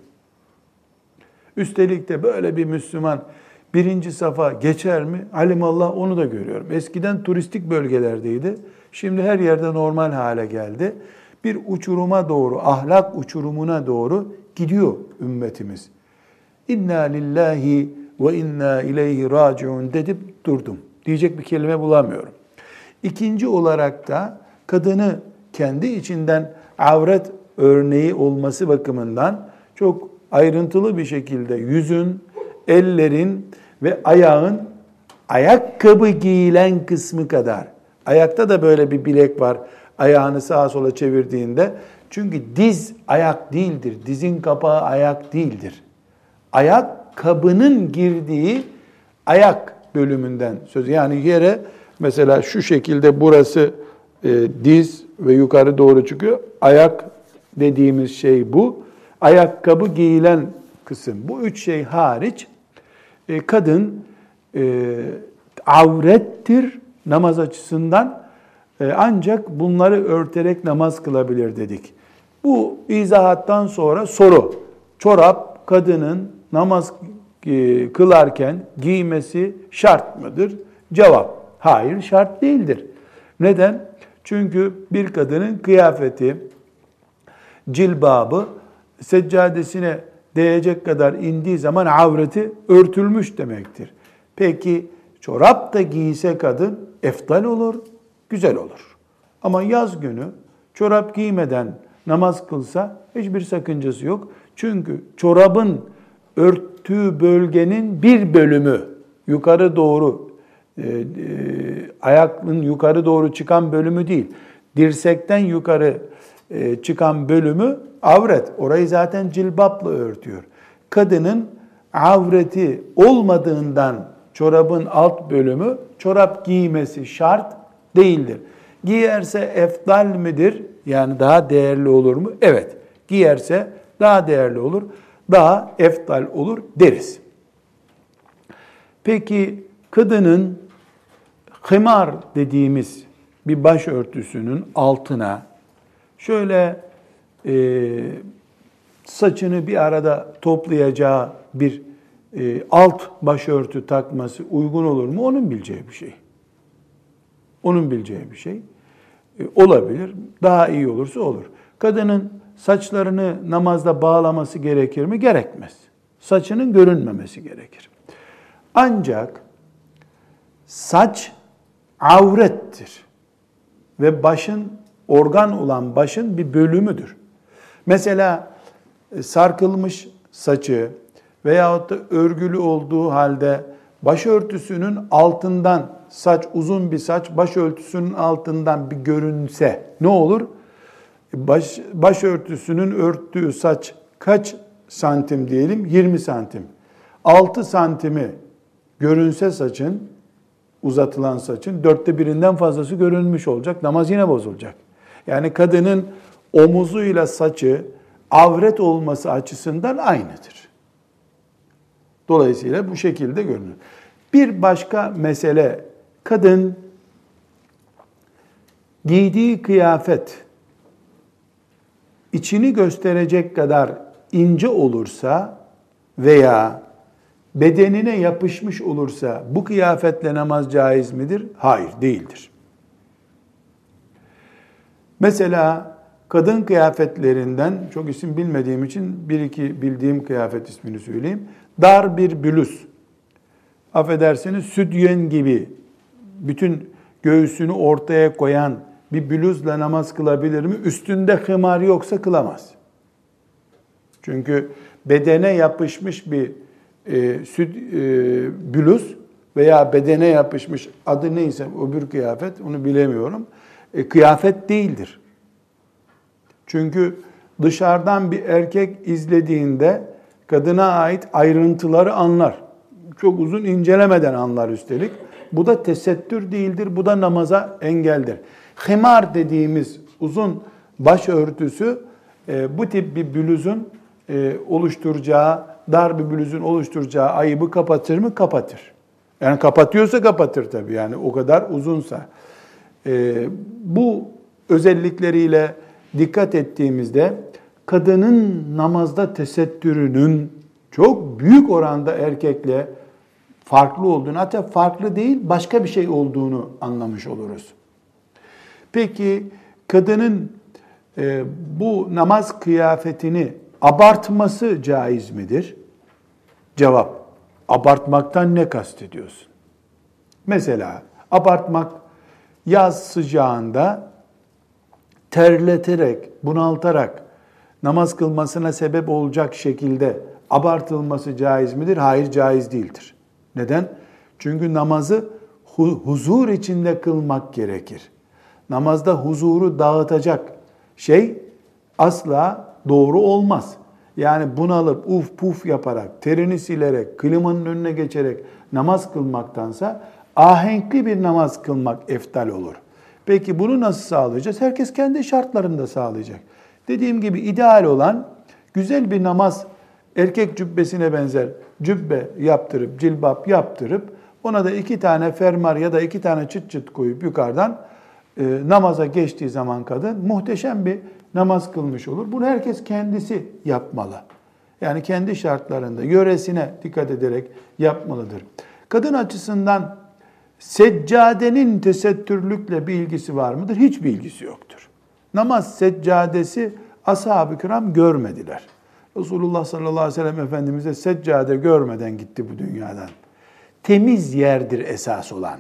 Üstelik de böyle bir Müslüman birinci safa geçer mi? Alimallah, onu da görüyorum. Eskiden turistik bölgelerdeydi. Şimdi her yerde normal hale geldi. Bir uçuruma doğru, ahlak uçurumuna doğru gidiyor ümmetimiz. İnna lillahi ve inna ileyhi raciun dedip durdum. Diyecek bir kelime bulamıyorum. İkinci olarak da kadını kendi içinden avret örneği olması bakımından çok ayrıntılı bir şekilde yüzün, ellerin ve ayağın ayakkabı giyilen kısmı kadar. Ayakta da böyle bir bilek var. Ayağını sağa sola çevirdiğinde. Çünkü diz ayak değildir. Dizin kapağı ayak değildir. Ayakkabının girdiği ayak bölümünden söz. Yani yere mesela şu şekilde burası e, diz ve yukarı doğru çıkıyor. Ayak dediğimiz şey bu. Ayakkabı giyilen kısım. Bu üç şey hariç e, kadın e, avrettir namaz açısından, e, ancak bunları örterek namaz kılabilir dedik. Bu izahattan sonra soru. Çorap kadının namaz e, kılarken giymesi şart mıdır? Cevap: hayır, şart değildir. Neden? Çünkü bir kadının kıyafeti, cilbabı seccadesine değecek kadar indiği zaman avreti örtülmüş demektir. Peki çorap da giyse kadın eftal olur, güzel olur. Ama yaz günü çorap giymeden namaz kılsa hiçbir sakıncası yok. Çünkü çorabın örttüğü bölgenin bir bölümü yukarı doğru, e, e, ayakın yukarı doğru çıkan bölümü değil, dirsekten yukarı e, çıkan bölümü avret. Orayı zaten cilbapla örtüyor. Kadının avreti olmadığından çorabın alt bölümü, çorap giymesi şart değildir. Giyerse efdal midir? Yani daha değerli olur mu? Evet. Giyerse daha değerli olur, daha efdal olur deriz. Peki kadının himar dediğimiz bir başörtüsünün altına şöyle e, saçını bir arada toplayacağı bir e, alt başörtü takması uygun olur mu? Onun bileceği bir şey. Onun bileceği bir şey. E, olabilir. Daha iyi olursa olur. Kadının saçlarını namazda bağlaması gerekir mi? Gerekmez. Saçının görünmemesi gerekir. Ancak saç avrettir. Ve başın, organ olan başın bir bölümüdür. Mesela sarkılmış saçı veyahut da örgülü olduğu halde başörtüsünün altından, saç uzun bir saç başörtüsünün altından bir görünse ne olur? Baş, başörtüsünün örttüğü saç kaç santim diyelim? yirmi santim. altı santimi görünse saçın, uzatılan saçın dörtte birinden fazlası görünmüş olacak. Namaz yine bozulacak. Yani kadının omuzuyla saçı avret olması açısından aynıdır. Dolayısıyla bu şekilde görünür. Bir başka mesele, kadın giydiği kıyafet içini gösterecek kadar ince olursa veya bedenine yapışmış olursa bu kıyafetle namaz caiz midir? Hayır, değildir. Mesela kadın kıyafetlerinden, çok isim bilmediğim için bir iki bildiğim kıyafet ismini söyleyeyim. Dar bir bluz, affedersiniz sütyen gibi bütün göğsünü ortaya koyan bir bluzla namaz kılabilir mi? Üstünde hımar yoksa kılamaz. Çünkü bedene yapışmış bir e, süt e, bluz veya bedene yapışmış, adı neyse öbür kıyafet, onu bilemiyorum. E, kıyafet değildir. Çünkü dışarıdan bir erkek izlediğinde kadına ait ayrıntıları anlar. Çok uzun incelemeden anlar üstelik. Bu da tesettür değildir, bu da namaza engeldir. Himar dediğimiz uzun başörtüsü e, bu tip bir bluzun e, oluşturacağı, dar bir bluzun oluşturacağı ayıbı kapatır mı? Kapatır. Yani kapatıyorsa kapatır tabii, yani o kadar uzunsa. Ee, bu özellikleriyle dikkat ettiğimizde kadının namazda tesettürünün çok büyük oranda erkekle farklı olduğunu, hatta farklı değil başka bir şey olduğunu anlamış oluruz. Peki kadının e, bu namaz kıyafetini abartması caiz midir? Cevap: abartmaktan ne kastediyorsun? Mesela abartmak, yaz sıcağında terleterek, bunaltarak namaz kılmasına sebep olacak şekilde abartılması caiz midir? Hayır, caiz değildir. Neden? Çünkü namazı huzur içinde kılmak gerekir. Namazda huzuru dağıtacak şey asla doğru olmaz. Yani bunalıp uf puf yaparak, terini silerek, klimanın önüne geçerek namaz kılmaktansa ahenkli bir namaz kılmak eftal olur. Peki bunu nasıl sağlayacağız? Herkes kendi şartlarında sağlayacak. Dediğim gibi ideal olan güzel bir namaz, erkek cübbesine benzer cübbe yaptırıp, cilbap yaptırıp, ona da iki tane fermar ya da iki tane çıt çıt koyup yukarıdan e, namaza geçtiği zaman kadın muhteşem bir namaz kılmış olur. Bunu herkes kendisi yapmalı. Yani kendi şartlarında, yöresine dikkat ederek yapmalıdır. Kadın açısından seccadenin tesettürlükle bir ilgisi var mıdır? Hiçbir ilgisi yoktur. Namaz seccadesi ashab-ı kiram görmediler. Resulullah sallallahu aleyhi ve sellem Efendimiz de seccade görmeden gitti bu dünyadan. Temiz yerdir esas olan.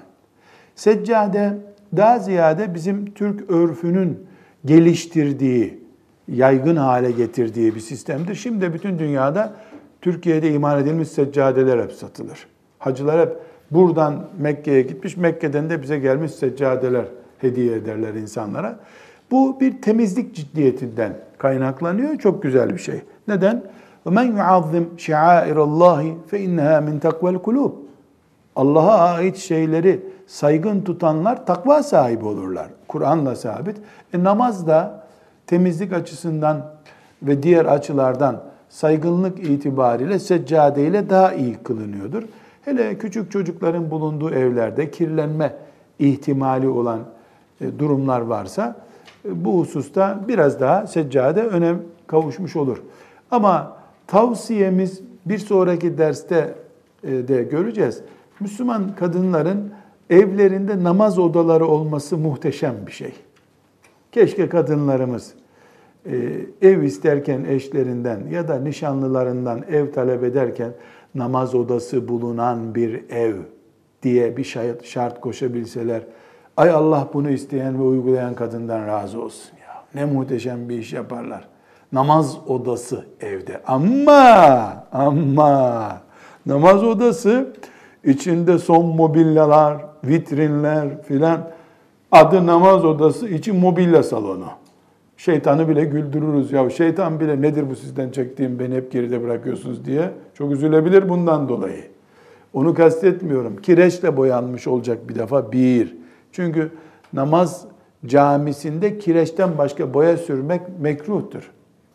Seccade daha ziyade bizim Türk örfünün geliştirdiği, yaygın hale getirdiği bir sistemdir. Şimdi bütün dünyada Türkiye'de imal edilmiş seccadeler hep satılır. Hacılar hep buradan Mekke'ye gitmiş, Mekke'den de bize gelmiş seccadeler hediye ederler insanlara. Bu bir temizlik ciddiyetinden kaynaklanıyor. Çok güzel bir şey. Neden? وَمَنْ يُعَظِّمْ شِعَائِرَ اللّٰهِ فَاِنَّهَا مِنْ تَقْوَ الْقُلُوبِ Allah'a ait şeyleri saygın tutanlar takva sahibi olurlar. Kur'an'la sabit. E, namaz da temizlik açısından ve diğer açılardan saygınlık itibariyle seccadeyle daha iyi kılınıyordur. Hele küçük çocukların bulunduğu evlerde kirlenme ihtimali olan e, durumlar varsa e, bu hususta biraz daha seccade önem kavuşmuş olur. Ama tavsiyemiz bir sonraki derste e, de göreceğiz. Müslüman kadınların evlerinde namaz odaları olması muhteşem bir şey. Keşke kadınlarımız e, ev isterken eşlerinden ya da nişanlılarından ev talep ederken namaz odası bulunan bir ev diye bir şart koşabilseler. Ay Allah bunu isteyen ve uygulayan kadından razı olsun ya. Ne muhteşem bir iş yaparlar. Namaz odası evde. Ama ama namaz odası içinde son mobilyalar, vitrinler filan. Adı namaz odası, içi mobilya salonu. Şeytanı bile güldürürüz. Ya şeytan bile nedir bu sizden çektiğim, beni hep geride bırakıyorsunuz diye çok üzülebilir bundan dolayı. Onu kastetmiyorum. Kireçle boyanmış olacak bir defa bir. Çünkü namaz camisinde kireçten başka boya sürmek mekruhtur.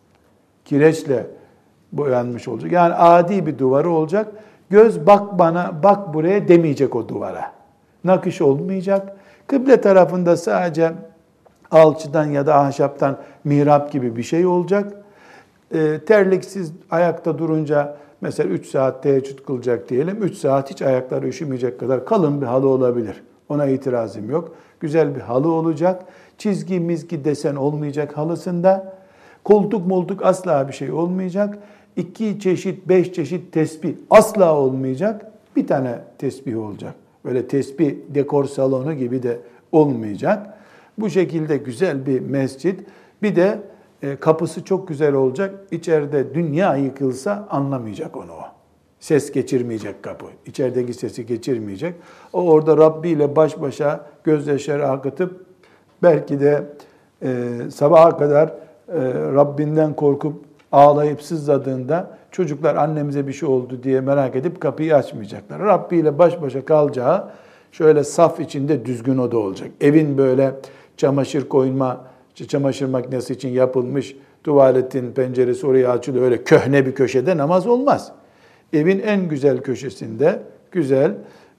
Kireçle boyanmış olacak. Yani adi bir duvarı olacak. Göz bak bana, bak buraya demeyecek o duvara. Nakış olmayacak. Kıble tarafında sadece alçıdan ya da ahşaptan mihrap gibi bir şey olacak. E, terliksiz ayakta durunca mesela üç saat teheccüd kılacak diyelim. üç saat hiç ayakları üşümeyecek kadar kalın bir halı olabilir. Ona itirazım yok. Güzel bir halı olacak. Çizgi mizgi desen olmayacak halısında. Koltuk moltuk asla bir şey olmayacak. İki çeşit, beş çeşit tesbih asla olmayacak. Bir tane tesbih olacak. Böyle tesbih dekor salonu gibi de olmayacak. Bu şekilde güzel bir mescit. Bir de e, kapısı çok güzel olacak. İçeride dünya yıkılsa anlamayacak onu o. Ses geçirmeyecek kapı. İçerideki sesi geçirmeyecek. O orada Rabbi ile baş başa gözyaşları akıtıp belki de e, sabaha kadar e, Rabbinden korkup ağlayıp sızladığında çocuklar annemize bir şey oldu diye merak edip kapıyı açmayacaklar. Rabbi ile baş başa kalacağı şöyle saf içinde düzgün oda olacak. Evin böyle çamaşır koyma, çamaşır makinesi için yapılmış tuvaletin penceresi oraya açılıyor. Öyle köhne bir köşede namaz olmaz. Evin en güzel köşesinde güzel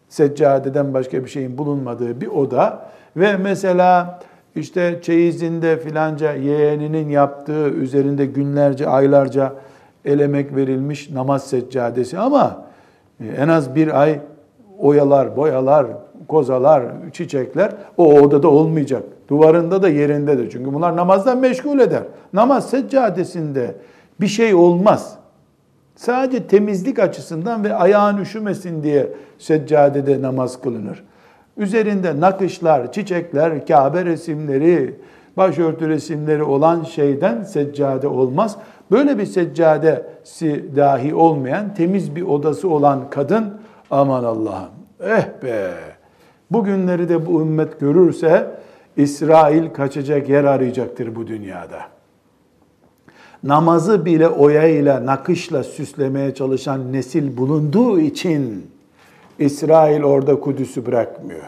seccadeden başka bir şeyin bulunmadığı bir oda ve mesela işte çeyizinde filanca yeğeninin yaptığı üzerinde günlerce, aylarca el emek verilmiş namaz seccadesi ama en az bir ay oyalar, boyalar, kozalar, çiçekler o odada olmayacak. Duvarında da yerinde de. Çünkü bunlar namazdan meşgul eder. Namaz seccadesinde bir şey olmaz. Sadece temizlik açısından ve ayağın üşümesin diye seccadede namaz kılınır. Üzerinde nakışlar, çiçekler, Kabe resimleri, başörtü resimleri olan şeyden seccade olmaz. Böyle bir seccadesi dahi olmayan, temiz bir odası olan kadın, aman Allah'ım, eh be! Bugünleri de bu ümmet görürse, İsrail kaçacak yer arayacaktır bu dünyada. Namazı bile oyayla, nakışla süslemeye çalışan nesil bulunduğu için, İsrail orada Kudüs'ü bırakmıyor.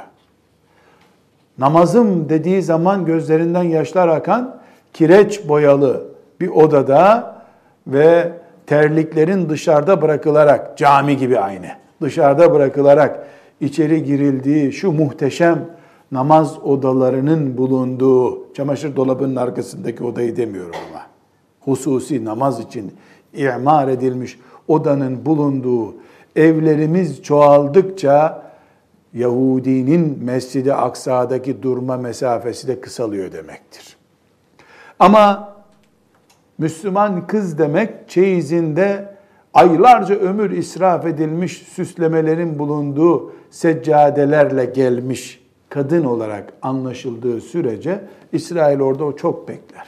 Namazım dediği zaman gözlerinden yaşlar akan, kireç boyalı bir odada ve terliklerin dışarıda bırakılarak, cami gibi aynı, dışarıda bırakılarak içeri girildiği şu muhteşem namaz odalarının bulunduğu, çamaşır dolabının arkasındaki odayı demiyorum ama, hususi namaz için imar edilmiş odanın bulunduğu evlerimiz çoğaldıkça Yahudinin Mescid-i Aksa'daki durma mesafesi de kısalıyor demektir. Ama Müslüman kız demek çeyizinde aylarca ömür israf edilmiş süslemelerin bulunduğu seccadelerle gelmiş kadın olarak anlaşıldığı sürece İsrail orada o çok bekler.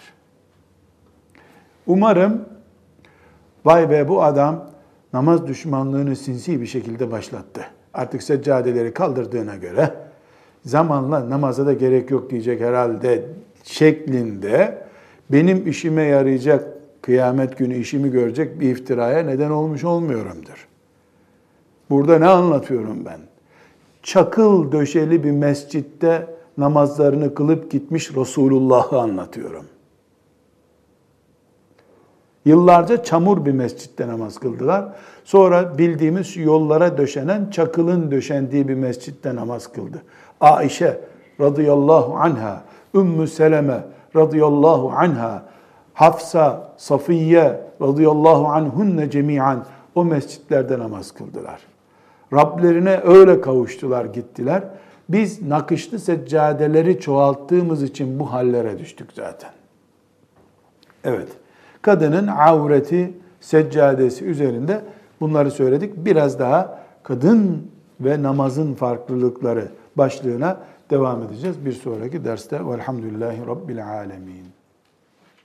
Umarım vay be bu adam namaz düşmanlığını sinsi bir şekilde başlattı. Artık seccadeleri kaldırdığına göre zamanla namaza da gerek yok diyecek herhalde şeklinde benim işime yarayacak, kıyamet günü işimi görecek bir iftiraya neden olmuş olmuyorumdur. Burada ne anlatıyorum ben? Çakıl döşeli bir mescitte namazlarını kılıp gitmiş Resulullah'ı anlatıyorum. Yıllarca çamur bir mescitte namaz kıldılar. Sonra bildiğimiz yollara döşenen, çakılın döşendiği bir mescitte namaz kıldı. Aişe radıyallahu anha, Ümmü Seleme radıyallahu anha, Hafsa, Safiye radıyallahu anhunne cemiyan o mescitlerde namaz kıldılar. Rablerine öyle kavuştular, gittiler. Biz nakışlı seccadeleri çoğalttığımız için bu hallere düştük zaten. Evet. Kadının avreti seccadesi üzerinde bunları söyledik. Biraz daha kadın ve namazın farklılıkları başlığına devam edeceğiz. Bir sonraki derste velhamdülillahi rabbil alemin.